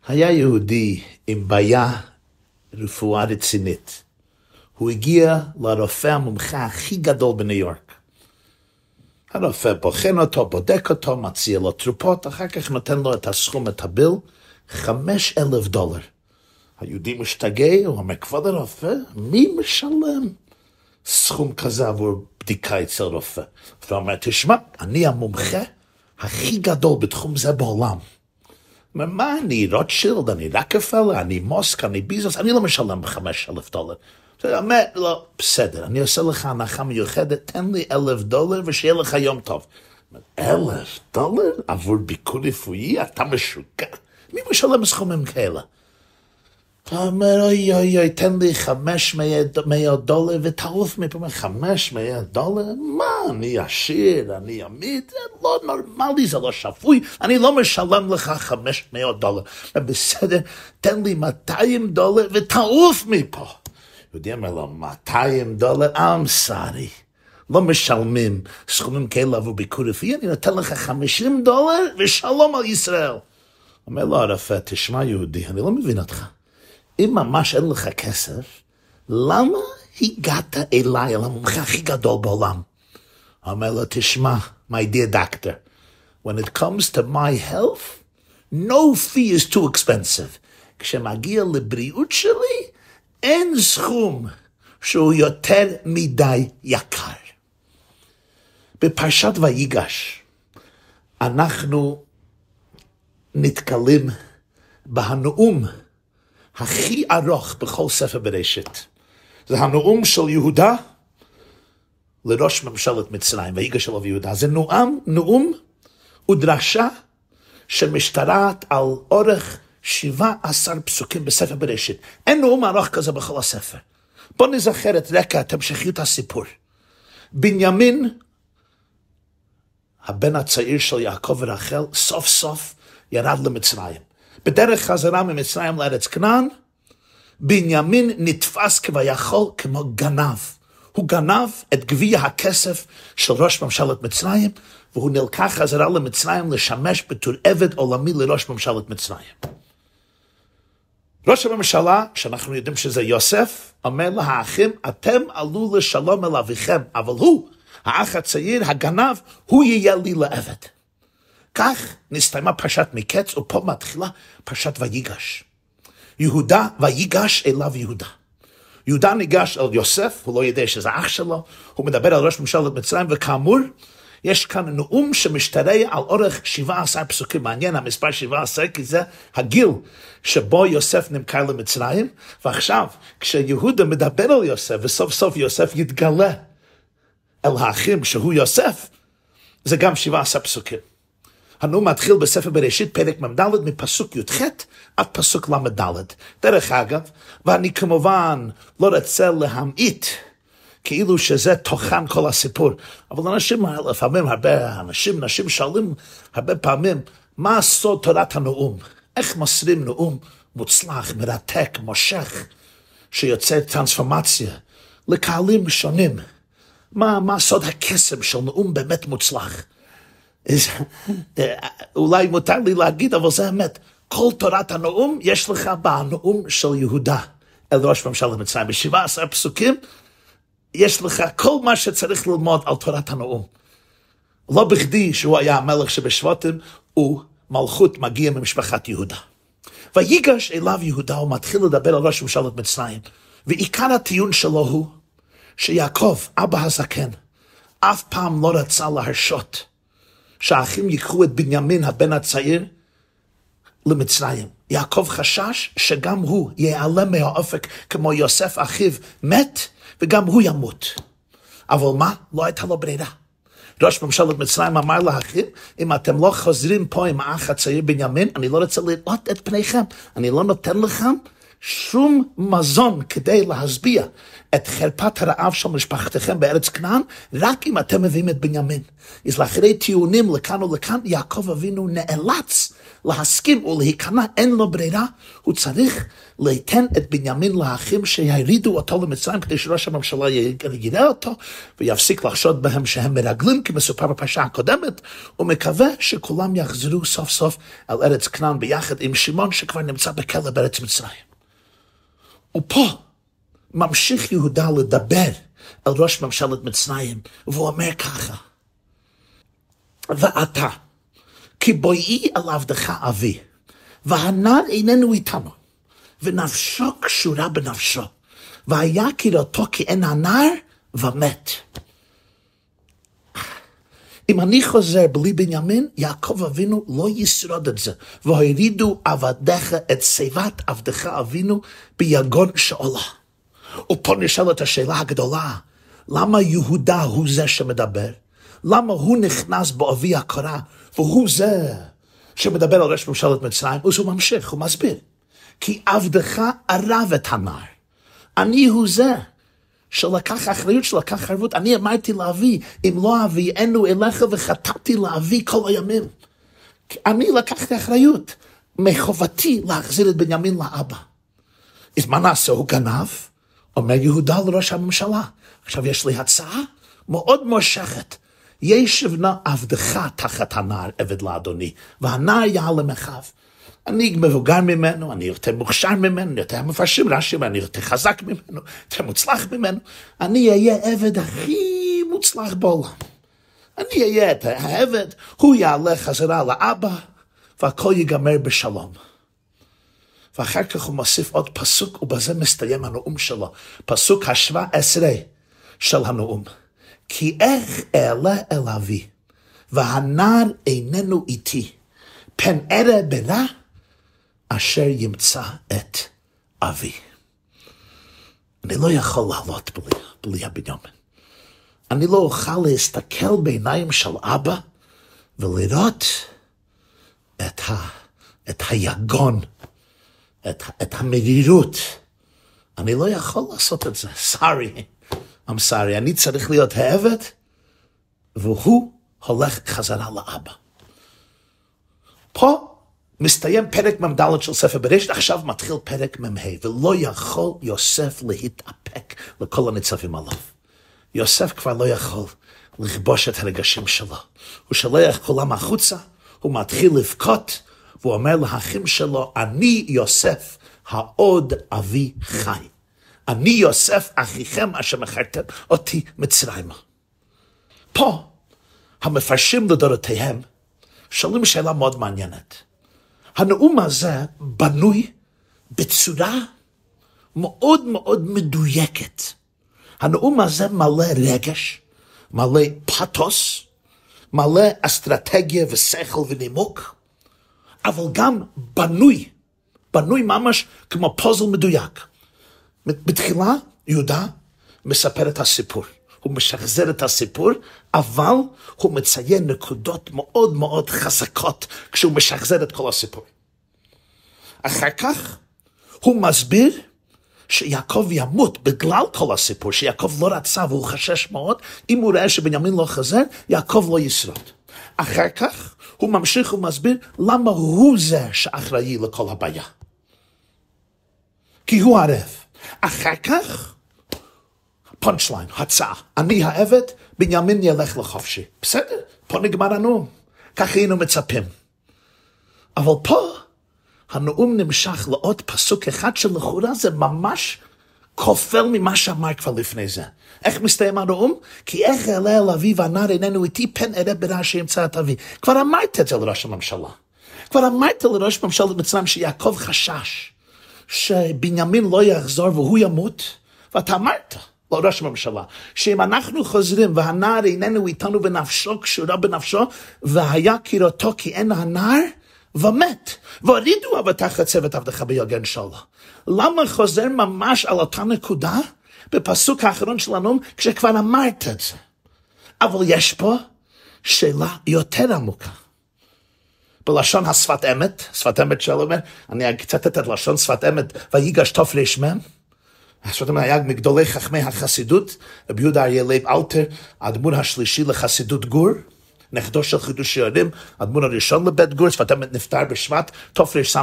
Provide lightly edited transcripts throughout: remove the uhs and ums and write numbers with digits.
היה יהודי עם בעיה רפואה רצינית. הוא הגיע לרופא המומחה הכי גדול בניו יורק. הרופא בוחן אותו, בודק אותו, מציע לו תרופות, אחר כך נותן לו את הסכום, את הביל, $5,000. היהודי משתגע, הוא אומר, כבוד הרופא, מי משלם סכום כזה עבור בדיקה אצל רופא? הוא אומר, תשמע, אני המומחה הכי גדול בתחום זה בעולם. מה אני, רוטשילד, אני רוקפלר, אני מוסק, אני ביזוס, אני לא משלם $5,000. הוא אומר, לא, בסדר, אני עושה לך הנחה מיוחדת, תן לי $1,000 ושיהיה לך יום טוב. $1,000 עבור ביקור רפואי? אתה משוגע? מי משלם סכומים כאלה? אתה אומר, אוי, תן לי $500 ותעוף מפה, $500? מה, אני עשיר, אני עמית, זה לא נורמלי, זה לא שפוי, אני לא משלם לך $500. בסדר, תן לי $200 ותעוף מפה. יהודי אומר לו, $200? I'm sorry. לא משלמים סכומים כאלה עבור ביקור רפואי, אני נותן לך $50 ושלום על ישראל. אומר לו הרופא, תשמע יהודי, אני לא מבין אותך. אם ממש אין לך כסף, למה הגעת אליי, אל המומחה הכי גדול בעולם? אומר לו, תשמע, my dear doctor, when it comes to my health, no fee is too expensive. כשמגיע לבריאות שלי, אין סכום שהוא יותר מדי יקר. בפרשת ויגש, אנחנו נתקלים בהנאום הכי ארוך בכל ספר בראשית. זה הנאום של יהודה לראש ממשלת מצרים, ויגש אליו יהודה. זה נאום ודרשה שמשתרעת על אורך 17 פסוקים בספר בראשית. אין נאום ארוך כזה בכל הספר. בואו נזכר את רקע, את המשכיות הסיפור. בנימין, הבן הצעיר של יעקב ורחל, סוף סוף ירד למצרים. בדרך חזרה ממצרים לארץ כנען, בנימין נתפס כביכול כמו גנב. הוא גנב את גביע הכסף של ראש ממשלת מצרים, והוא נלקח חזרה למצרים לשמש בתור עבד עולמי לראש ממשלת מצרים. ראש הממשלה, שאנחנו יודעים שזה יוסף, אומר לאחים, אתם עלו לשלום אל אביכם, אבל הוא, האח הצעיר, הגנב, הוא יהיה לי לעבד. כך נסתיימה פרשת מקץ, ופה מתחילה פרשת ויגש. יהודה, ויגש אליו יהודה. יהודה ניגש אל יוסף, הוא לא יודע שזה אח שלו, הוא מדבר על ראש ממשלת מצרים, וכאמור, יש כאן נאום שמשתרע על אורך 17 פסוקים. מעניין המספר 17, כי זה הגיל שבו יוסף נמכר למצרים, ועכשיו, כשיהודה מדבר על יוסף, וסוף סוף יוסף יתגלה אל האחים שהוא יוסף, זה גם 17 פסוקים. הנאום מתחיל בספר בראשית, פרק מ"ד, מפסוק י"ח עד פסוק ל"ד. דרך אגב, ואני כמובן לא רוצה להמעיט, כאילו שזה תוכן כל הסיפור. אבל אנשים, לפעמים נשים שואלים הרבה פעמים, מה סוד תורת הנאום? איך מוסרים נאום מוצלח, מרתק, מושך, שיוצא טרנספורמציה לקהלים שונים? מה סוד הקסם של נאום באמת מוצלח? אולי מותר לי להגיד, אבל זה האמת. כל תורת הנאום יש לך בנאום של יהודה אל ראש ממשלת מצרים. ב-17 פסוקים יש לך כל מה שצריך ללמוד על תורת הנאום. לא בכדי שהוא היה המלך שבשבטים, ומלכות מגיע ממשפחת יהודה. ויגש אליו יהודה, הוא מתחיל לדבר על ראש ממשלת מצרים. ועיקר הטיעון שלו הוא שיעקב, אבא הזקן, אף פעם לא רצה להרשות שהאחים ייקחו את בנימין הבן הצעיר למצרים. יעקב חשש שגם הוא ייעלם מהאופק כמו יוסף אחיו מת, וגם הוא ימות. אבל מה? לא הייתה לו ברירה. ראש ממשלת מצרים אמר לאחים, אם אתם לא חוזרים פה עם האח הצעיר בנימין, אני לא רוצה לראות את פניכם. אני לא נותן לכם שום מזון כדי להשביע את חרפת הרעב של משפחתכם בארץ כנען, רק אם אתם מביאים את בנימין. אז לאחרי טיעונים לכאן ולכאן, יעקב אבינו נאלץ להסכים ולהיכנע, אין לו ברירה, הוא צריך ליתן את בנימין לאחים שירידו אותו למצרים, כדי שראש הממשלה יראה אותו, ויפסיק לחשוד בהם שהם מרגלים, כי מסופר בפרשה הקודמת, ומקווה שכולם יחזרו סוף סוף על ארץ כנען ביחד עם שמעון שכבר נמצא בכלא בארץ מצרים. ופה ממשיך יהודה לדבר על ראש ממשלת מצרים, והוא אומר ככה, ואתה, כי בואי על עבדך אבי, והנער איננו איתנו, ונפשו קשורה בנפשו, והיה כראותו כי אין הנער, ומת. אם אני חוזר בלי בנימין, יעקב אבינו לא ישרוד את זה, והורידו עבדיך את שיבת עבדך אבינו ביגון שאולה. ופה נשאלת השאלה הגדולה, למה יהודה הוא זה שמדבר? למה הוא נכנס בעובי הקורה, והוא זה שמדבר על ראש ממשלת מצרים? אז הוא ממשיך, הוא מסביר, כי עבדך ערב את הנער, אני הוא זה שלקח אחריות, שלקח ערבות. אני אמרתי לאבי, אם לא אביאנו אליך, וחטאתי לאבי כל הימים. אני לקחתי אחריות, מחובתי להחזיר את בנימין לאבא. אז מה נעשה? הוא גנב? אומר יהודה לראש הממשלה, עכשיו יש לי הצעה מאוד מושכת, ישב נא עבדך תחת הנער עבד לאדוני, והנער יעלם אחיו. אני מבוגר ממנו, אני יותר מוכשר ממנו, אני יותר מפרשים רש"י, אני יותר חזק ממנו, יותר מוצלח ממנו. אני אהיה עבד הכי מוצלח בעולם. אני אהיה את העבד, הוא יעלה חזרה לאבא, והכל ייגמר בשלום. ואחר כך הוא מוסיף עוד פסוק, ובזה מסתיים הנאום שלו. פסוק 17 של הנאום. כי איך אעלה אל אבי, והנער איננו איתי, פן אראה ברע, אשר ימצא את אבי. אני לא יכול לעלות בלי הבנימין. אני לא אוכל להסתכל בעיניים של אבא, ולראות את היגון, את המרירות. אני לא יכול לעשות את זה. I'm sorry. אני צריך להיות העבד, והוא הולך חזרה לאבא. פה מסתיים פרק מ"ד של ספר בראשית, עכשיו מתחיל פרק מ"ה, ולא יכול יוסף להתאפק לכל הניצבים עליו. יוסף כבר לא יכול לכבוש את הרגשים שלו. הוא שולח כולם החוצה, הוא מתחיל לבכות, והוא אומר לאחים שלו, אני יוסף, העוד אבי חי. אני יוסף אחיכם אשר מכרתם אותי מצרימה. פה המפרשים לדורותיהם שואלים שאלה מאוד מעניינת. הנאום הזה בנוי בצורה מאוד מאוד מדויקת. הנאום הזה מלא רגש, מלא פתוס, מלא אסטרטגיה ושכל ונימוק, אבל גם בנוי ממש כמו פוזל מדויק. בתחילה יהודה מספר את הסיפור, הוא משחזר את הסיפור, אבל הוא מציין נקודות מאוד מאוד חזקות כשהוא משחזר את כל הסיפור. אחר כך הוא מסביר שיעקב ימות בגלל כל הסיפור, שיעקב לא רצה והוא חשש מאוד, אם הוא ראה שבנימין לא חזר, יעקב לא ישרוד. אחר כך הוא ממשיך ומסביר למה הוא זה שאחראי לכל הבעיה. כי הוא ערב. אחר כך, פונצ'ליין, הצעה, אני העבד, בנימין ילך לחופשי. בסדר, פה נגמר הנאום. כך היינו מצפים. אבל פה, הנאום נמשך לעוד פסוק אחד שלכאורה זה ממש כופל ממה שאמר כבר לפני זה. איך מסתיים הנאום? כי איך אעלה אל אבי והנער איננו איתי, פן אראה ברע שימצא את אבי. כבר אמרת את זה לראש הממשלה. כבר אמרת לראש ממשלת מצרים שיעקב חשש שבנימין לא יחזור והוא ימות, ואתה אמרת לראש הממשלה שאם אנחנו חוזרים והנער איננו איתנו בנפשו, קשורה בנפשו, והיה כראותו כי אין הנער, ומת, והורידו עבדך צוות עבדך ביגון שאולה. למה חוזר ממש על אותה נקודה בפסוק האחרון של הנאום כשכבר אמרת את זה? אבל יש פה שאלה יותר עמוקה. בלשון השפת אמת, שפת אמת שלו אומר, אני אצטט את לשון שפת אמת, ויגש תר"ש. השפת אמת היה מגדולי חכמי החסידות, רבי יהודה אריה לייב אלתר, האדמו"ר השלישי לחסידות גור, נכדו של חידוש יורים, האדמו"ר הראשון לבית גור, שפת אמת נפטר בשבט, תרס"ה,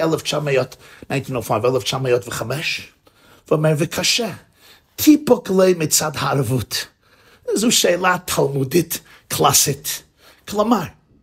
1905, ואומר, וקשה, טיפוק לי מצד הערבות. זו שאלה תלמודית קלאסית. כלומר,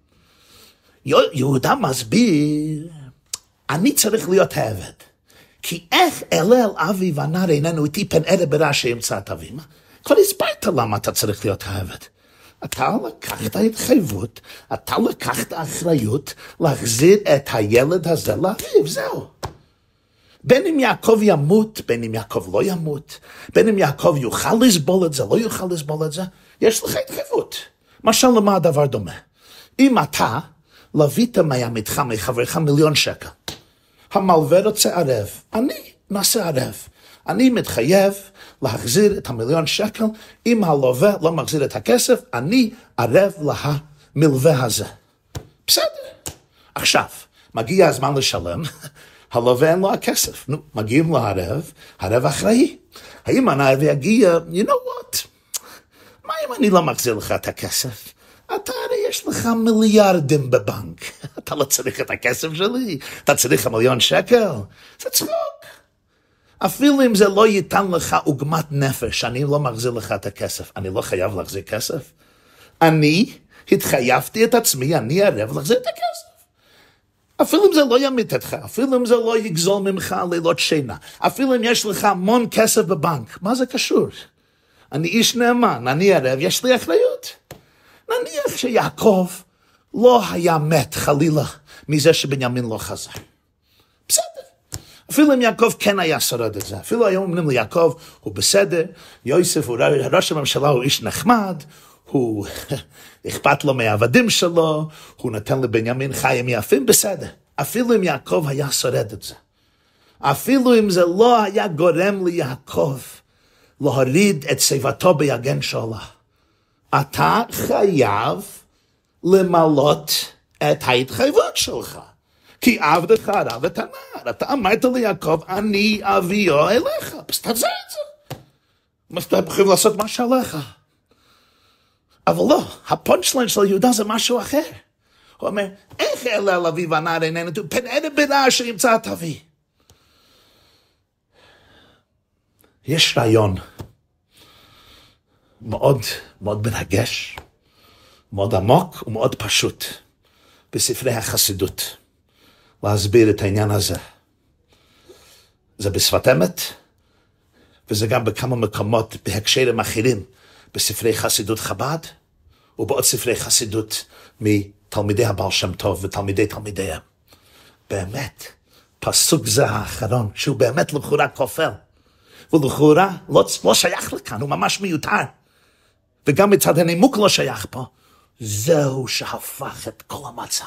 יהודה מסביר, אני צריך להיות העבד. כי איך אלל אבי ונער איננו איתי פן ערב ברע שימצא את אבי? כבר הסברת למה אתה צריך להיות העבד. אתה לקחת התחייבות, אתה לקחת אחריות להחזיר את הילד הזה לאביו, זהו. בין אם יעקב ימות, בין אם יעקב לא ימות, בין אם יעקב יוכל לסבול את זה, לא יוכל לסבול את זה, יש לך התחייבות. משל למה הדבר דומה? אם אתה לווית מעמיתך מחברך 1,000,000 שקל, המלווה רוצה ערב, אני נעשה ערב. אני מתחייב להחזיר את 1,000,000 שקל, אם הלווה לא מחזיר את הכסף, אני ערב למלווה הזה. בסדר. עכשיו, מגיע הזמן לשלם, הלווה אין לו הכסף. נו, מגיעים לו הרב אחראי. האם הנער יגיע, you know what? מה אם אני לא מחזיר לך את הכסף? אתה הרי יש לך מיליארדים בבנק. אתה לא צריך את הכסף שלי. אתה צריך 1,000,000 שקל. זה צחוק. אפילו אם זה לא ייתן לך עוגמת נפש, אני לא מחזיר לך את הכסף. אני לא חייב להחזיר כסף. אני התחייבתי את עצמי, אני ערב להחזיר את הכסף. אפילו אם זה לא ימית אותך, אפילו אם זה לא יגזול ממך לילות שינה, אפילו אם יש לך המון כסף בבנק, מה זה קשור? אני איש נאמן, אני ערב, יש לי אחריות. נניח שיעקב לא היה מת חלילה מזה שבנימין לא חזר. בסדר. אפילו אם יעקב כן היה שרד את זה, אפילו היום אומרים ליעקב, הוא בסדר, יוסף הוא ראש הממשלה, הוא איש נחמד, הוא אכפת לו מהעבדים שלו, הוא נתן לבנימין חיים יפים, בסדר. אפילו אם יעקב היה שרד את זה, אפילו אם זה לא היה גורם ליעקב להוריד את שיבתו ביגן שאולה, אתה חייב למלות את ההתחייבות שלך. כי עבדך רב את הנער. אתה אמרת ליעקב, אני אביו אליך. אז תעשה את זה. אתה חייב לעשות מה שעליך. אבל לא, הפונצ'ליין של יהודה זה משהו אחר. הוא אומר, איך אלה על אבי והנער איננו, פן ערב ברע שימצא את אבי. יש רעיון מאוד מאוד מרגש, מאוד עמוק ומאוד פשוט בספרי החסידות להסביר את העניין הזה. זה בשפת אמת, וזה גם בכמה מקומות בהקשרים אחרים בספרי חסידות חב"ד, ובעוד ספרי חסידות מתלמידי הבעל שם טוב ותלמידי תלמידיהם. באמת, פסוק זה האחרון, שהוא באמת לכאורה כופר, ולכאורה לא שייך לכאן, הוא ממש מיותר. וגם מצד הנימוק לא שייך פה. זהו שהפך את כל המצב.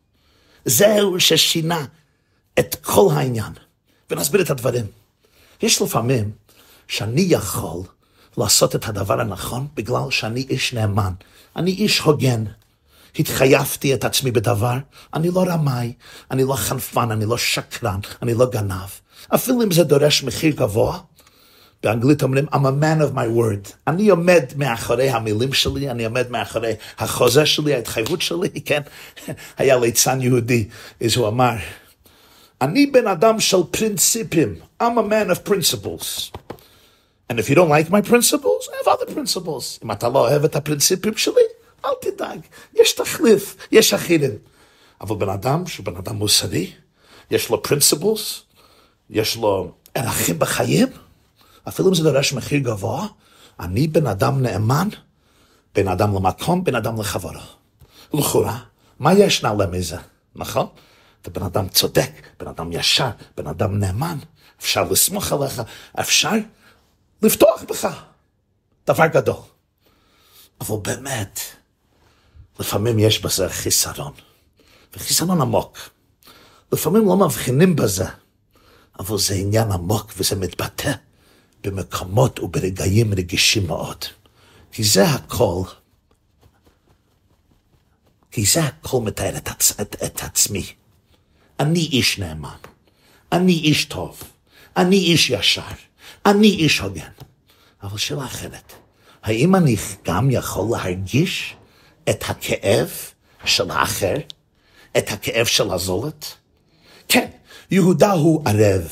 זהו ששינה את כל העניין. ונסביר את הדברים. יש לפעמים שאני יכול לעשות את הדבר הנכון בגלל שאני איש נאמן. אני איש הוגן. התחייבתי את עצמי בדבר. אני לא רמאי, אני לא חנפן, אני לא שקרן, אני לא גנב. אפילו אם זה דורש מחיר גבוה, באנגלית אומרים, I'm a man of my word. אני עומד מאחורי המילים שלי, אני עומד מאחורי החוזה שלי, ההתחייבות שלי, כן? היה ליצן יהודי, אז הוא אמר, אני בן אדם של פרינציפים. I'm a man of principles. And if you don't like my principles, I have other principles. אם אתה לא אוהב את הפרינציפים שלי, אל תדאג. יש תחליף, יש אחרים. אבל בן אדם שהוא בן אדם מוסרי, יש לו principles, יש לו ערכים בחיים, אפילו אם זה דורש מחיר גבוה, אני בן אדם נאמן, בן אדם למקום, בן אדם לחברו. לכאורה, מה יש נעלה מזה? נכון? אתה בן אדם צודק, בן אדם ישר, בן אדם נאמן, אפשר לסמוך עליך, אפשר לפתוח בך. דבר גדול. אבל באמת, לפעמים יש בזה חיסרון, וחיסרון עמוק. לפעמים לא מבחינים בזה, אבל זה עניין עמוק וזה מתבטא במקומות וברגעים רגישים מאוד. כי זה הכל, כי זה הכל מתאר את עצמי. אני איש נאמן, אני איש טוב, אני איש ישר, אני איש הוגן. אבל שאלה אחרת, האם אני גם יכול להרגיש את הכאב של האחר, את הכאב של הזולת? כן, יהודה הוא ערב.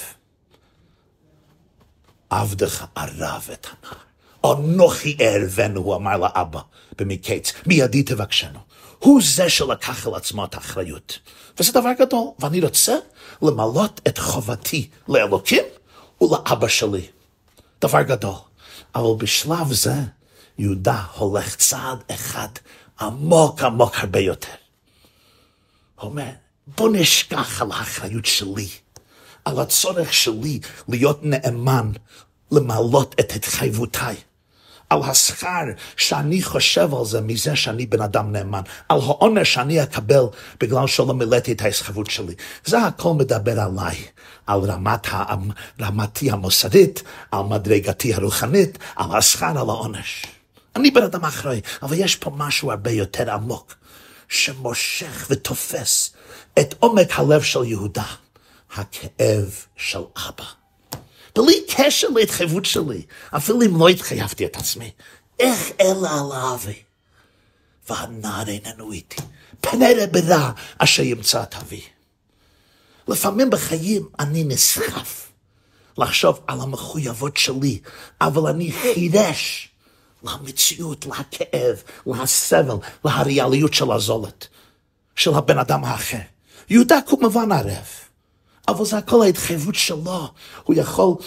עבדך ערב את הנער. אנוכי אערבנו, הוא אמר לאבא במקץ, מידי תבקשנו. הוא זה שלקח על עצמו את האחריות. וזה דבר גדול, ואני רוצה למלות את חובתי לאלוקים ולאבא שלי. דבר גדול. אבל בשלב זה, יהודה הולך צעד אחד עמוק עמוק הרבה יותר. הוא אומר, בוא נשכח על האחריות שלי, על הצורך שלי להיות נאמן, למלות את התחייבותיי, על השכר שאני חושב על זה מזה שאני בן אדם נאמן, על העונש שאני אקבל בגלל שלא מילאתי את ההתחייבות שלי. זה הכל מדבר עליי, על רמתי המוסרית, על מדרגתי הרוחנית, על השכר, על העונש. אני בן אדם אחראי, אבל יש פה משהו הרבה יותר עמוק, שמושך ותופס את עומק הלב של יהודה, הכאב של אבא. בלי קשר להתחייבות שלי, אפילו אם לא התחייבתי את עצמי, איך אלה על אבי? והנער איננו איתי, פנה ברע אשר ימצא את אבי. לפעמים בחיים אני נסחף לחשוב על המחויבות שלי, אבל אני חירש למציאות, לכאב, לסבל, להריאליות של הזולת, של הבן אדם האחר. יהודה כמובן ערב, אבל זה הכל ההתחייבות שלו. הוא יכול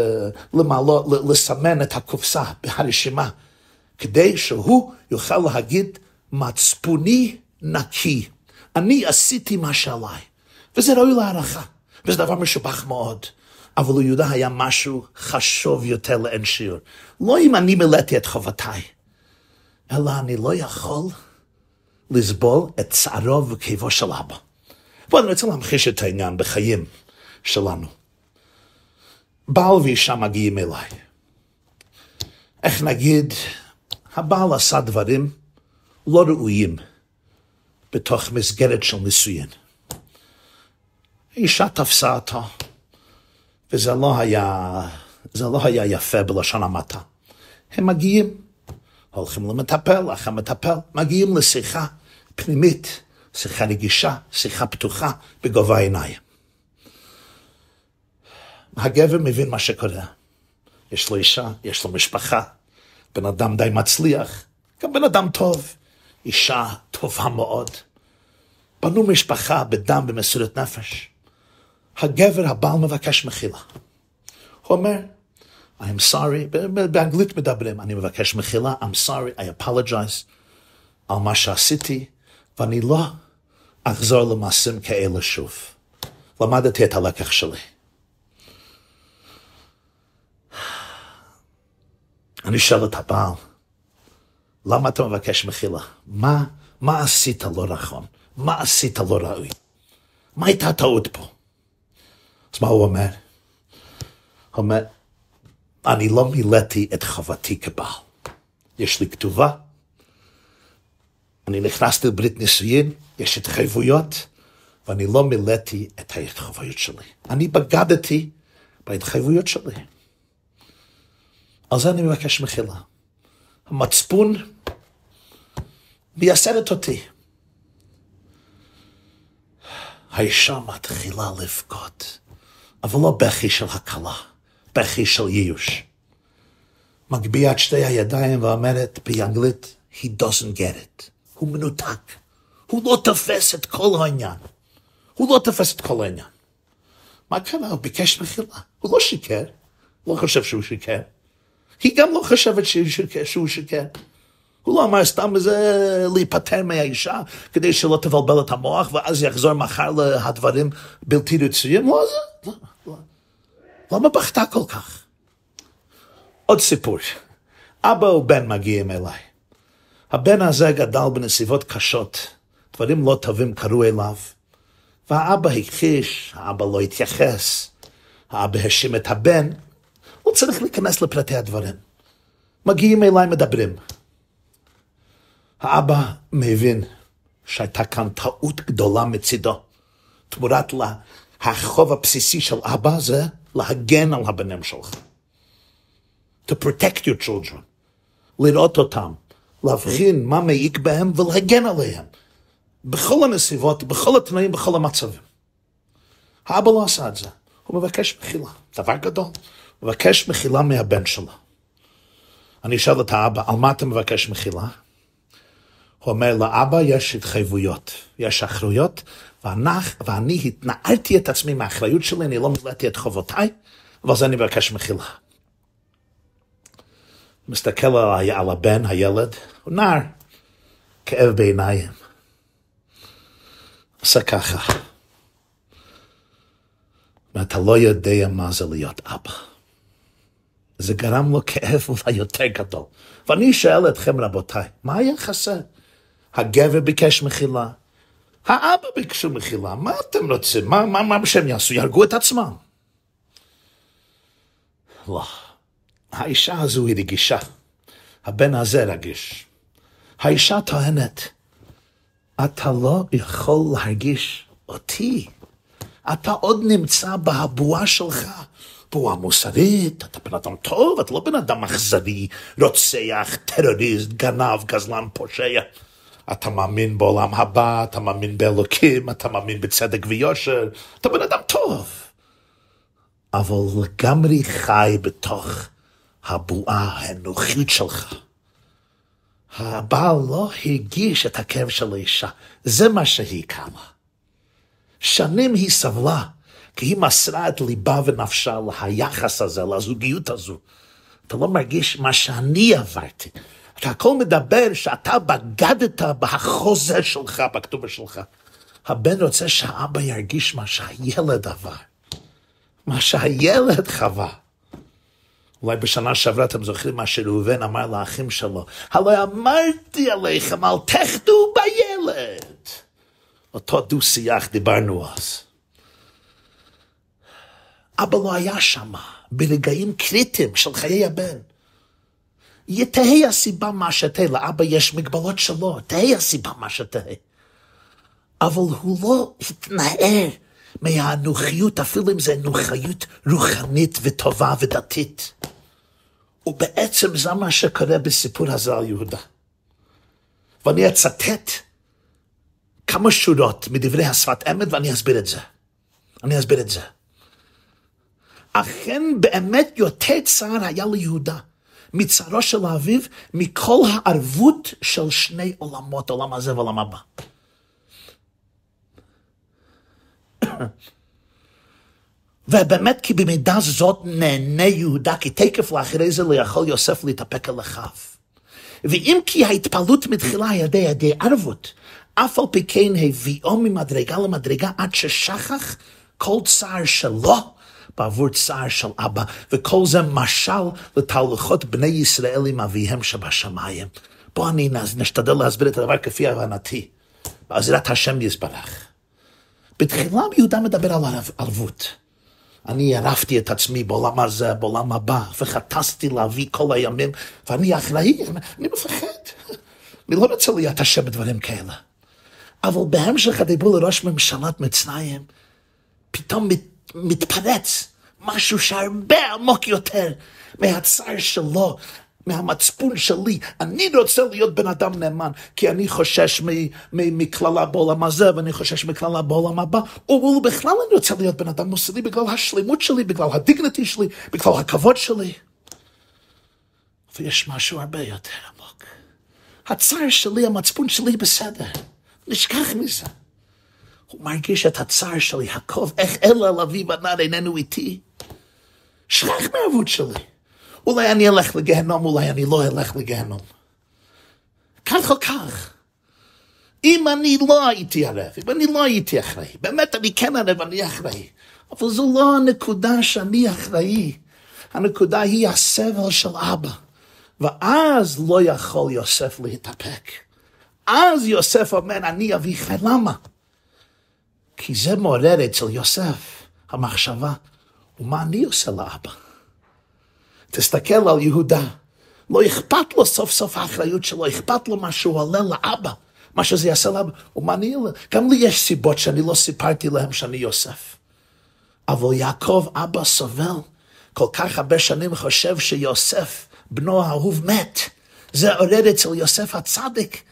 לסמן את הקופסה בהרשימה, כדי שהוא יוכל להגיד, מצפוני נקי, אני עשיתי מה שעליי. וזה ראוי להערכה, וזה דבר משובח מאוד. אבל ליהודה היה משהו חשוב יותר לאין שיעור. לא אם אני מילאתי את חובותיי, אלא אני לא יכול לסבול את צערו וכאבו של אבא. בואו אני רוצה להמחיש את העניין בחיים שלנו. בעל ואישה מגיעים אליי. איך נגיד, הבעל עשה דברים לא ראויים בתוך מסגרת של נישואין. אישה תפסה אותו, וזה לא היה יפה בלשון המעטה. הם מגיעים, הולכים למטפל, אחרי מטפל, מגיעים לשיחה פנימית, שיחה רגישה, שיחה פתוחה, בגובה העיניים. הגבר מבין מה שקורה. יש לו אישה, יש לו משפחה, בן אדם די מצליח, גם בן אדם טוב, אישה טובה מאוד. בנו משפחה בדם, במסירות נפש. הגבר, הבעל מבקש מחילה. הוא אומר, I'm sorry, באנגלית מדברים, אני מבקש מחילה, I'm sorry, I apologize על מה שעשיתי, ואני לא אחזור למעשים כאלה שוב. למדתי את הלקח שלי. אני שואל את הבעל, למה אתה מבקש מחילה? מה עשית לא נכון? מה עשית לא ראוי? מה הייתה טעות פה? אז מה הוא אומר? הוא אומר, אני לא מילאתי את חובתי כבעל. יש לי כתובה, אני נכנסתי לברית נישואין, יש התחייבויות, ואני לא מילאתי את ההתחייבויות שלי. אני בגדתי בהתחייבויות שלי. על זה אני מבקש מחילה. המצפון מייסרת אותי. האישה מתחילה לבכות, אבל לא בכי של הקלה, בכי של ייאוש. מגביהה את שתי הידיים ואומרת באנגלית, he doesn't get it. הוא מנותק. הוא לא תופס את כל העניין. הוא לא תופס את כל העניין. מה קרה? הוא ביקש מחילה. הוא לא שיקר. הוא לא חושב שהוא שיקר. היא גם לא חושבת שהוא שיקר. הוא לא אמר סתם זה להיפטר מהאישה, כדי שלא תבלבל את המוח, ואז יחזור מחר להדברים בלתי רצויים. לא. למה בכתה כל כך? עוד סיפור. אבא ובן מגיעים אליי. הבן הזה גדל בנסיבות קשות. דברים לא טובים קרו אליו. והאבא הכחיש, האבא לא התייחס. האבא האשים את הבן. לא צריך להיכנס לפרטי הדברים. מגיעים אליי, מדברים. האבא מבין שהייתה כאן טעות גדולה מצידו. תמורת החוב הבסיסי של אבא זה להגן על הבנים שלך. To protect your children. לראות אותם, להבחין מה מעיק בהם ולהגן עליהם. בכל הנסיבות, בכל התנאים, בכל המצבים. האבא לא עשה את זה. הוא מבקש מחילה. דבר גדול. הוא מבקש מחילה מהבן שלו. אני שואל את האבא, על מה אתה מבקש מחילה? הוא אומר, לאבא יש התחייבויות, יש אחריות, ואני התנערתי את עצמי מהאחריות שלי, אני לא מילאתי את חובותיי, אבל זה אני מבקש מחילה. מסתכל על הבן, הילד, הוא נער, כאב בעיניים. עושה ככה. ואתה לא יודע מה זה להיות אבא. זה גרם לו כאב אולי יותר גדול. ואני שואל אתכם רבותיי, מה היה חסר? הגבר ביקש מחילה, האבא ביקשו מחילה, מה אתם רוצים? מה שהם יעשו? יהרגו את עצמם? לא. האישה הזו היא רגישה. הבן הזה רגיש. האישה טוענת, אתה לא יכול להרגיש אותי. אתה עוד נמצא בהבואה שלך. בועה מוסרית, אתה בן אדם טוב, אתה לא בן אדם אכזרי, רוצח, טרוריסט, גנב, גזלן, פושע. אתה מאמין בעולם הבא, אתה מאמין באלוקים, אתה מאמין בצדק ויושר, אתה בן אדם טוב. אבל לגמרי חי בתוך הבועה האנוכית שלך. הבעל לא הרגיש את הכאב של האישה, זה מה שהיא קמה. שנים היא סבלה, כי היא מסרה את ליבה ונפשה ליחס הזה, לזוגיות הזו. אתה לא מרגיש מה שאני עברתי. אתה הכל מדבר שאתה בגדת בחוזה שלך, בכתובה שלך. הבן רוצה שהאבא ירגיש מה שהילד עבר. מה שהילד חווה. אולי בשנה שעברה אתם זוכרים מה שראובן אמר לאחים שלו. הלא אמרתי עליכם, אל תחטאו בילד. אותו דו שיח דיברנו אז. אבא לא היה שם, ברגעים קריטיים של חיי הבן. תהי הסיבה מה שתהי, לאבא יש מגבלות שלו, תהי הסיבה מה שתהי. אבל הוא לא התנער מהאנוכיות, אפילו אם זה אנוכיות רוחנית וטובה ודתית. ובעצם זה מה שקורה בסיפור הזה על יהודה. ואני אצטט כמה שורות מדברי השפת אמת ואני אסביר את זה. אכן באמת יותר צער היה ליהודה מצערו של אביו מכל הערבות של שני עולמות, עולם הזה ועולם הבא. ובאמת כי במידה זאת נהנה יהודה, כי תקף לאחרי זה לא יכול יוסף להתאפק על אחיו. ואם כי ההתפעלות מתחילה ידי ערבות, אף על פי כן הביאו ממדרגה למדרגה עד ששכח כל צער שלו בעבור צער של אבא, וכל זה משל לתהלוכות בני ישראל עם אביהם שבשמיים. בואו אני נשתדל להסביר את הדבר כפי הבנתי, בעזרת השם יזברך. בתחילה יהודה מדבר על ערבות. אני ערפתי את עצמי בעולם הזה, בעולם הבא, וחטסתי להביא כל הימים, ואני אחראי, אני מפחד. אני לא רוצה להיות השם בדברים כאלה. אבל בהמשך הדיבור לראש ממשלת מצרים, פתאום מתפרץ משהו שהרבה עמוק יותר מהצער שלו, מהמצפון שלי. אני רוצה להיות בן אדם נאמן, כי אני חושש מכללה בעולם הזה, ואני חושש מכללה בעולם הבא, ובכלל אני רוצה להיות בן אדם מוסרי בגלל השלימות שלי, בגלל הדיגניטי שלי, בגלל הכבוד שלי. ויש משהו הרבה יותר עמוק. הצער שלי, המצפון שלי בסדר. נשכח מזה. הוא מרגיש את הצער שלי, הקוב, איך אלה על אביו הנער איננו איתי. שכח מהערבות שלי. אולי אני אלך לגהנום, אולי אני לא אלך לגהנום. כך או כך. אם אני לא הייתי ערב, אם אני לא הייתי אחראי, באמת אני כן ערב, אני אחראי. אבל זו לא הנקודה שאני אחראי. הנקודה היא הסבל של אבא. ואז לא יכול יוסף להתאפק. אז יוסף אומר, אני אביך, למה? כי זה מעורר אצל יוסף המחשבה, ומה אני עושה לאבא? תסתכל על יהודה, לא אכפת לו סוף סוף האחריות שלו, אכפת לו מה שהוא עולה לאבא, מה שזה יעשה לאבא, גם לי יש סיבות שאני לא סיפרתי להם שאני יוסף. אבל יעקב, אבא סובל, כל כך הרבה שנים חושב שיוסף, בנו האהוב, מת. זה עורר אצל יוסף הצדיק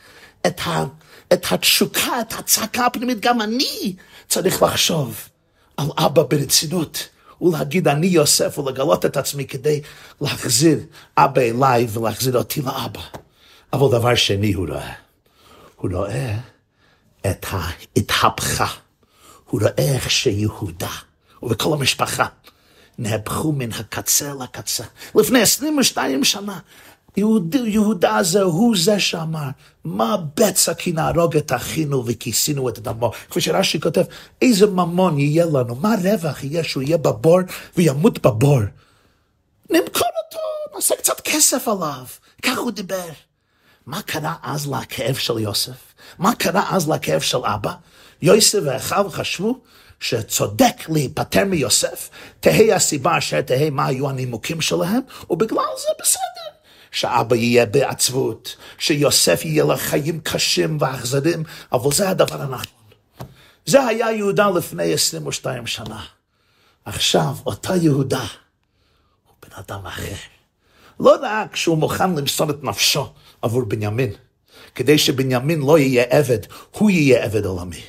את התשוקה, את הצעקה הפנימית. גם אני צריך לחשוב על אבא ברצינות, ולהגיד אני יוסף, ולגלות את עצמי כדי להחזיר אבא אליי ולהחזיר אותי לאבא. אבל דבר שני הוא רואה את ההתהפכה. הוא רואה איך שיהודה וכל המשפחה נהפכו מן הקצה לקצה. לפני 22 שנה, יהודה הזה הוא זה שאמר, מה בצע כי נהרוג את אחינו וכיסינו את דמו. כפי שרש"י כותב, איזה ממון יהיה לנו, מה רווח יהיה שהוא יהיה בבור וימות בבור. נמכור אותו, נעשה קצת כסף עליו. כך הוא דיבר. מה קרה אז לכאב של יוסף? מה קרה אז לכאב של אבא? יוסף ואחיו חשבו שצודק להיפטר מיוסף, תהי הסיבה אשר תהי מה היו הנימוקים שלהם, ובגלל זה בסדר. שאבא יהיה בעצבות, שיוסף יהיה לחיים קשים ואכזרים, אבל זה הדבר הנכון. זה היה יהודה לפני 22 שנה. עכשיו, אותה יהודה הוא בן אדם אחר. לא רק שהוא מוכן למסור את נפשו עבור בנימין, כדי שבנימין לא יהיה עבד, הוא יהיה עבד עולמי.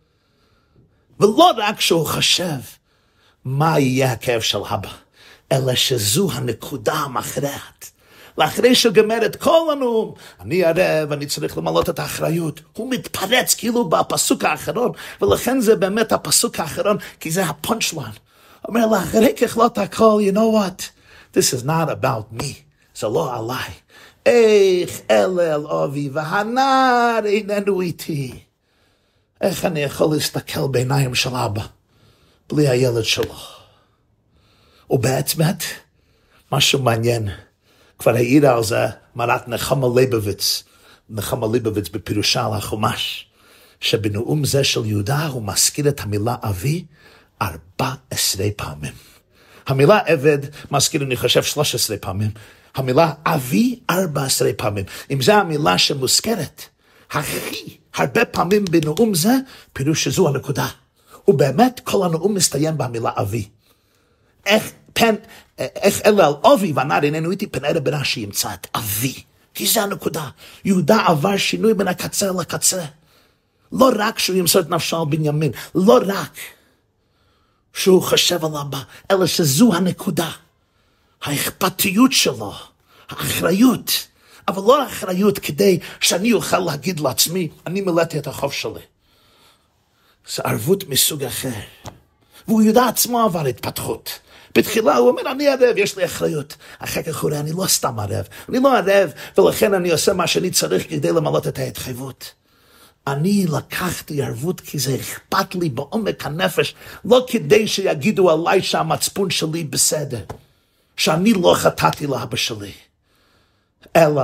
ולא רק שהוא חושב מה יהיה הכאב של אבא, אלא שזו הנקודה המכרעת. לאחרי שהוא גמר את כל הנאום, אני ערב, אני צריך למלות את האחריות. הוא מתפרץ כאילו בפסוק האחרון, ולכן זה באמת הפסוק האחרון, כי זה הפונצ'ליין. אומר לה, אחרי ככלות הכל, you know what? This is not about me. זה לא עליי. איך אל אבי והנער איננו איתי. איך אני יכול להסתכל בעיניים של אבא, בלי הילד שלו? ובעצמת, משהו מעניין, כבר העירה על זה מרת נחמה ליבוביץ בפירושה על החומש, שבנאום זה של יהודה הוא מזכיר את המילה אבי 14 פעמים. המילה עבד מזכיר, אני חושב, 13 פעמים. המילה אבי 14 פעמים. אם זו המילה שמוזכרת הכי הרבה פעמים בנאום זה, פירוש שזו הנקודה. ובאמת כל הנאום מסתיים במילה אבי. איך אלה על אבי והנער איננו איתי, פן ערב ברש"י ימצא את אבי. כי זה הנקודה. יהודה עבר שינוי בין הקצה לקצה. לא רק שהוא ימסור את נפשו על בנימין, לא רק שהוא חושב על אבא, אלא שזו הנקודה. האכפתיות שלו, האחריות, אבל לא האחריות כדי שאני אוכל להגיד לעצמי, אני מילאתי את החוב שלי. זה ערבות מסוג אחר. והוא יהודה עצמו עבר התפתחות. בתחילה הוא אומר, אני ערב, יש לי אחריות. אחר כך הוא אומר, אני לא סתם ערב. אני לא ערב, ולכן אני עושה מה שאני צריך כדי למלות את ההתחייבות. אני לקחתי ערבות כי זה אכפת לי בעומק הנפש, לא כדי שיגידו עליי שהמצפון שלי בסדר, שאני לא חטאתי לאבא שלי, אלא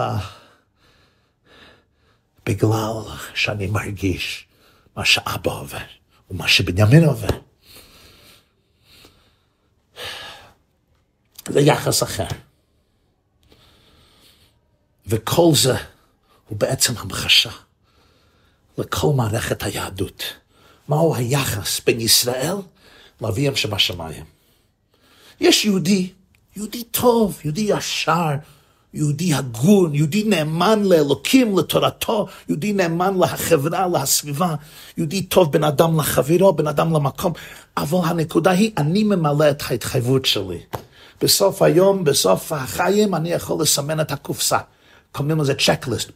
בגלל שאני מרגיש מה שאבא עובר, ומה שבנימין עובר. זה יחס אחר. וכל זה הוא בעצם המחשה לכל מערכת היהדות. מהו היחס בין ישראל לאביהם שבשמיים? יש יהודי טוב, יהודי ישר, יהודי הגון, יהודי נאמן לאלוקים, לתורתו, יהודי נאמן לחברה, לסביבה, יהודי טוב בין אדם לחברו, בין אדם למקום. אבל הנקודה היא, אני ממלא את ההתחייבות שלי. בסוף היום, בסוף החיים, אני יכול לסמן את הקופסה. קוראים לזה צ'קליסט.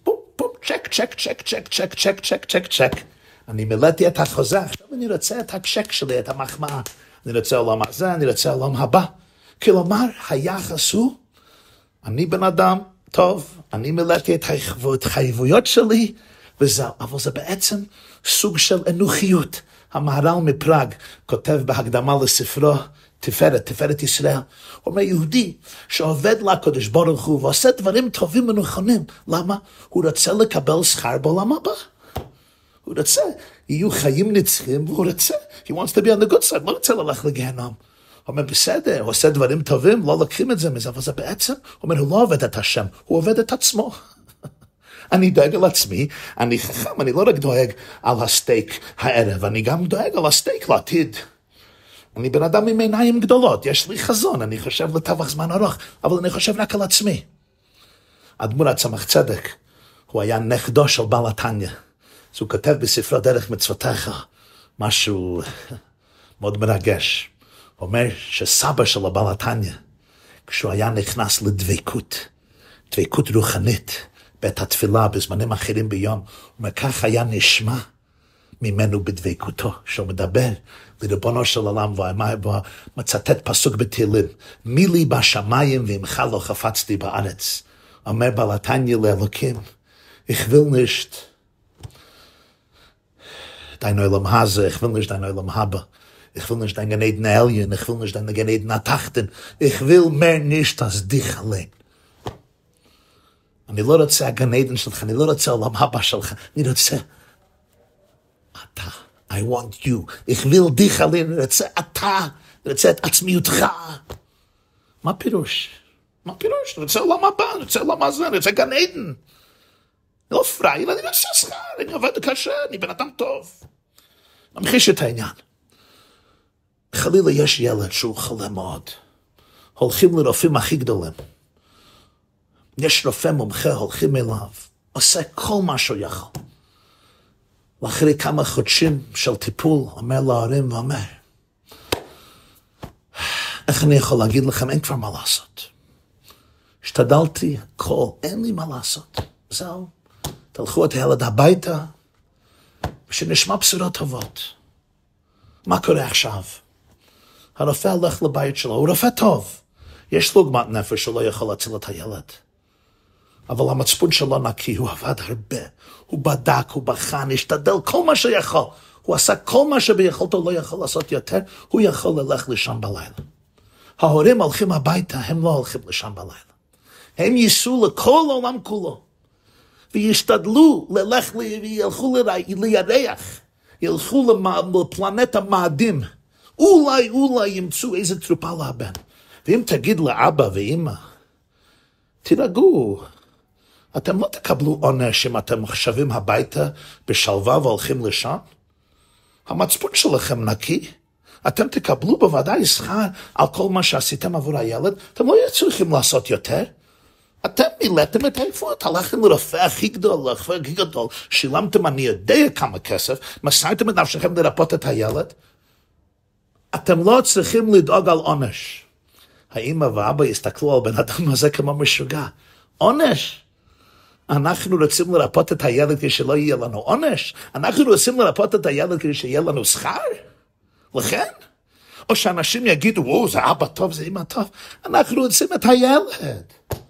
צ'ק. אני מילאתי את החוזה, עכשיו אני רוצה את הצ'ק שלי, את המחמאה. אני רוצה עולם הזה, אני רוצה עולם הבא. כלומר, היחס הוא, אני בן אדם טוב, אני מילאתי את ההתחייבויות שלי, וזהו. אבל זה בעצם סוג של אנוכיות. המהר"ל מפראג כותב בהקדמה לספרו, תפארת ישראל. הוא אומר, יהודי שעובד לקדוש ברוך הוא ועושה דברים טובים ונכונים. למה? הוא רוצה לקבל שכר בעולם הבא. הוא רוצה, יהיו חיים נצחים, והוא רוצה, he wants to be on the good side, לא רוצה ללכת לגיהנום. הוא אומר, בסדר, הוא עושה דברים טובים, לא לוקחים את זה מזה, אבל זה בעצם, הוא אומר, הוא לא עובד את השם, הוא עובד את עצמו. אני דואג על עצמי, אני חכם, אני לא רק דואג על הסטייק הערב, אני גם דואג על הסטייק לעתיד. אני בן אדם עם עיניים גדולות, יש לי חזון, אני חושב לטווח זמן ארוך, אבל אני חושב רק על עצמי. האדמו"ר הצמח צדק, הוא היה נכדו של בעל התניא. אז הוא כותב בספרו דרך מצוותיך, משהו מאוד מרגש. הוא אומר שסבא של הבעל התניא, כשהוא היה נכנס לדבקות, דבקות רוחנית, בית התפילה, בזמנים אחרים ביום, הוא אומר, כך היה נשמע ממנו בדבקותו, שהוא מדבר לריבונו של עולם, ומצטט פסוק בתהילים, מי לי בשמיים ועמך לא חפצתי בארץ. אומר בעל התניא לאלוקים, ich will nicht dein Olam Hase, ich will nicht dein Olam Haba, ich will nicht dein Gan Eden Elyon, ich will nicht dein Gan Eden Atachten, ich will mehr nicht als dich allein. אני לא רוצה הגן עדן שלך, אני לא רוצה עולם הבא שלך, אני רוצה אתה, I want you, ich will dich allein, אני רוצה אתה, אני רוצה את עצמיותך. מה פירוש? מה פירוש? אני רוצה עולם הבא, אני רוצה עולם הזה, אני רוצה גן עדן. אני לא פראייר, אני רוצה שכר, אני עובד קשה, אני בן אדם טוב. ממחיש את העניין. חלילה יש ילד שהוא חולה מאוד. הולכים לרופאים הכי גדולים. יש רופא מומחה, הולכים אליו. עושה כל מה שהוא יכול. ואחרי כמה חודשים של טיפול, אומר להורים ואומר, איך אני יכול להגיד לכם, אין כבר מה לעשות. השתדלתי הכל, אין לי מה לעשות. זהו. תלכו את הילד הביתה, ושנשמע בשורות טובות. מה קורה עכשיו? הרופא הולך לבית שלו, הוא רופא טוב. יש לו עוגמת נפש שלא יכול להציל את הילד. אבל המצפון שלו נקי, הוא עבד הרבה. הוא בדק, הוא בחן, השתדל כל מה שיכול. הוא עשה כל מה שביכולתו לא יכול לעשות יותר, הוא יכול ללך לשם בלילה. ההורים הולכים הביתה, הם לא הולכים לשם בלילה. הם ייסעו לכל העולם כולו. וישתדלו ללך, וילכו לירח, ילכו לפלנט המאדים, אולי ימצאו איזה תרופה לבן. ואם תגיד לאבא ואמא, תירגעו, אתם לא תקבלו עונש אם אתם חשבים הביתה בשלווה והולכים לשם. המצפון שלכם נקי, אתם תקבלו בוודאי שכר על כל מה שעשיתם עבור הילד, אתם לא צריכים לעשות יותר. אתם מילאתם את העפות, הלכתם לרופא הכי גדול, שילמתם אני יודע כמה כסף, מסרתם את נפשכם לרפות את הילד, אתם לא צריכים לדאוג על עונש. האמא ואבא יסתכלו על בן אדם הזה כמו משוגע. עונש? אנחנו רוצים לרפות את הילד כדי שלא יהיה לנו עונש? אנחנו רוצים לרפות את הילד כדי שיהיה לנו שכר? לכן? או שאנשים יגידו, וואו, זה אבא טוב, זה אמא טוב. אנחנו רוצים את הילד.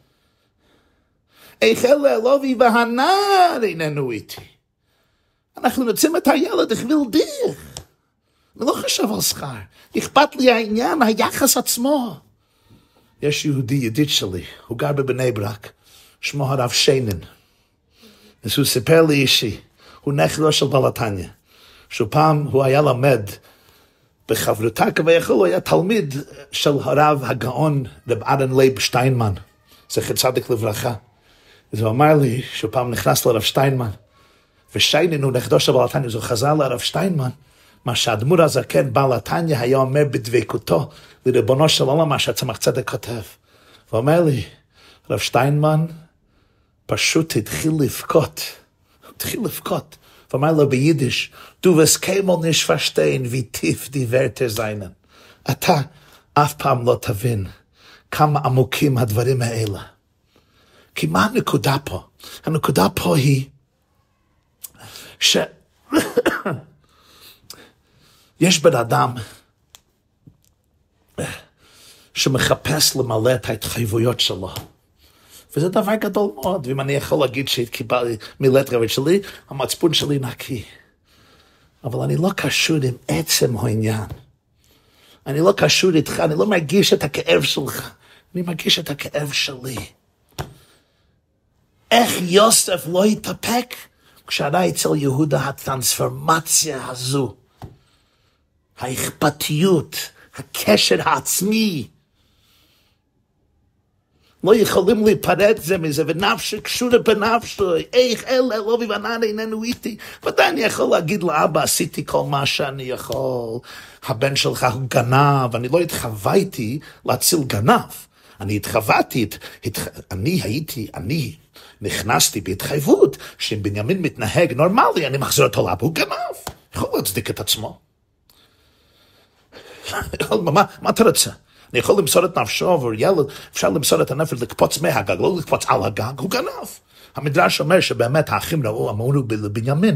איכל אלוהי והנער איננו איתי. אנחנו רוצים את הילד, איך וילדיך. אני לא חושב על שכר. אכפת לי העניין, היחס עצמו. יש יהודי, ידיד שלי, הוא גר בבני ברק, שמו הרב שיינין. אז הוא סיפר לי אישי, הוא נכדו של בעל התניא, שפעם הוא היה למד בחברותא כביכול, הוא היה תלמיד של הרב הגאון רב ארן לייב שטיינמן, זכר צדיק לברכה. אז הוא אמר לי שפעם נכנס לרב שטיינמן, ושיינין הוא נכדו של בעל התניא, אז הוא חזר לרב שטיינמן, מה שהאדמו"ר הזקן בעל התניא היה אומר בדבקותו לריבונו של עולם, מה שהצמח צדק כותב. הוא אומר לי, רב שטיינמן פשוט התחיל לבכות. ואומר לו ביידיש, du wirst keinmal nicht verstehen, wie tief die Werte seien. אתה אף פעם לא תבין כמה עמוקים הדברים האלה. כי מה הנקודה פה? הנקודה פה היא יש בן אדם שמחפש למלא את ההתחייבויות שלו. וזה דבר גדול מאוד, ואם אני יכול להגיד שמילאת רבת שלי, המצפון שלי נקי. אבל אני לא קשור עם עצם העניין. אני לא קשור איתך, אני לא מרגיש את הכאב שלך, אני מרגיש את הכאב שלי. איך יוסף לא התאפק? כשהיה אצל יהודה הטרנספורמציה הזו, האכפתיות, הקשר העצמי, לא יכולים להיפרד זה מזה, ונפשי קשורה בנפשי, איך אל אלוהי וענן איננו איתי. ודאי אני יכול להגיד לאבא, עשיתי כל מה שאני יכול, הבן שלך הוא גנב, אני לא התחוויתי להציל גנב. אני התחוויתי, אני נכנסתי בהתחייבות, שאם בנימין מתנהג נורמלי, אני מחזיר אותו לאבא, הוא גנב. יכול להצדיק את עצמו. מה אתה רוצה? אני יכול למסור את נפשו עבור ילד, אפשר למסור את הנפש לקפוץ מהגג, לא לקפוץ על הגג, הוא גנב. המדרש אומר שבאמת האחים אמרו לבנימין,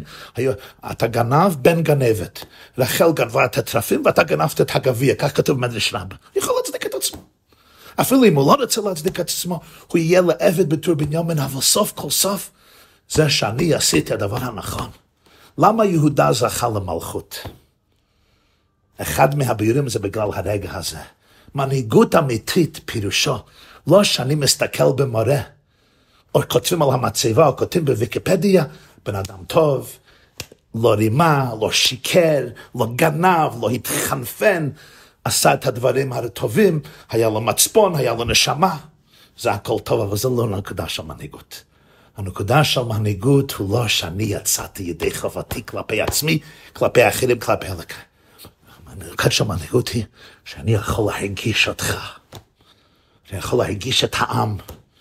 אתה בן גנבת, רחל גנבה את הטרפים ואתה גנבת את הגביע, כך כתוב במדרש רבה. יכול להצדיק את עצמו. אפילו אם הוא לא רוצה להצדיק את עצמו, הוא יהיה לעבד בתור בנימין, אבל סוף כל סוף, זה שאני עשיתי הדבר הנכון. למה יהודה זכה למלכות? אחד מהביורים זה בגלל הרגע הזה. מנהיגות אמיתית פירושו, לא שאני מסתכל במורה, או כותבים על המצבה, או כותבים בוויקיפדיה, בן אדם טוב, לא רימה, לא שיקר, לא גנב, לא התחנפן, עשה את הדברים הטובים, היה לו מצפון, היה לו נשמה. זה הכל טוב, אבל זה לא נקודה של מנהיגות. הנקודה של מנהיגות הוא לא שאני יצאתי ידי חובתי כלפי עצמי, כלפי האחרים, כלפי אלוקי. הנקודה של מנהיגות היא שאני יכול להרגיש אותך, שאני יכול להרגיש את העם,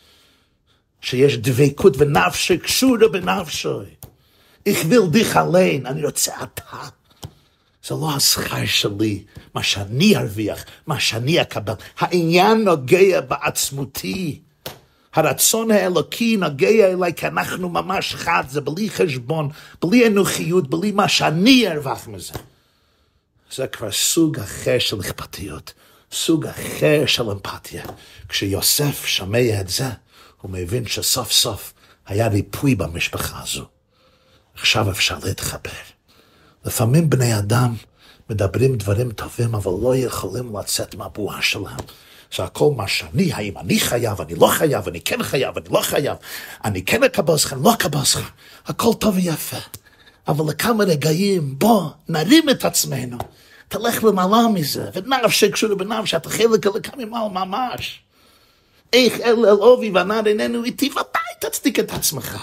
שיש דבקות ונפשי קשורה בנפשי. איך ויל דיך עליין, אני רוצה אתה. זה לא השכר שלי, מה שאני ארוויח, מה שאני אקבל. העניין נוגע בעצמותי. הרצון האלוקי נוגע אליי, כי אנחנו ממש חד, זה בלי חשבון, בלי אנוכיות, בלי מה שאני ארווח מזה. זה כבר סוג אחר של אכפתיות, סוג אחר של אמפתיה. כשיוסף שומע את זה, הוא מבין שסוף סוף היה ריפוי במשפחה הזו. עכשיו אפשר להתחבר. לפעמים בני אדם מדברים דברים טובים, אבל לא יכולים לצאת מהבועה שלהם. זה הכל מה שאני, האם אני חייב, אני לא חייב, אני כן חייב, אני לא חייב, אני כן אקבל שכר, לא אקבל שכר. הכל טוב ויפה. אבל לכמה רגעים, בוא, נרים את עצמנו. תלך למעלה מזה, ונפשי קשורה בנפשי, אתה חלק אלוקי ממעל ממש. איך אל אלוהי וענן איננו איתי, ודאי תצדיק את עצמך.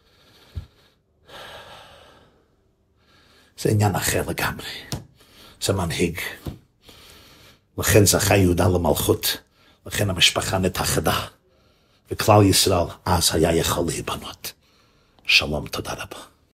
זה עניין אחר לגמרי. זה מנהיג. לכן זכה יהודה למלכות. לכן המשפחה נתאחדה. וכלל ישראל אז היה יכול להיבנות. שלום, תודה רבה.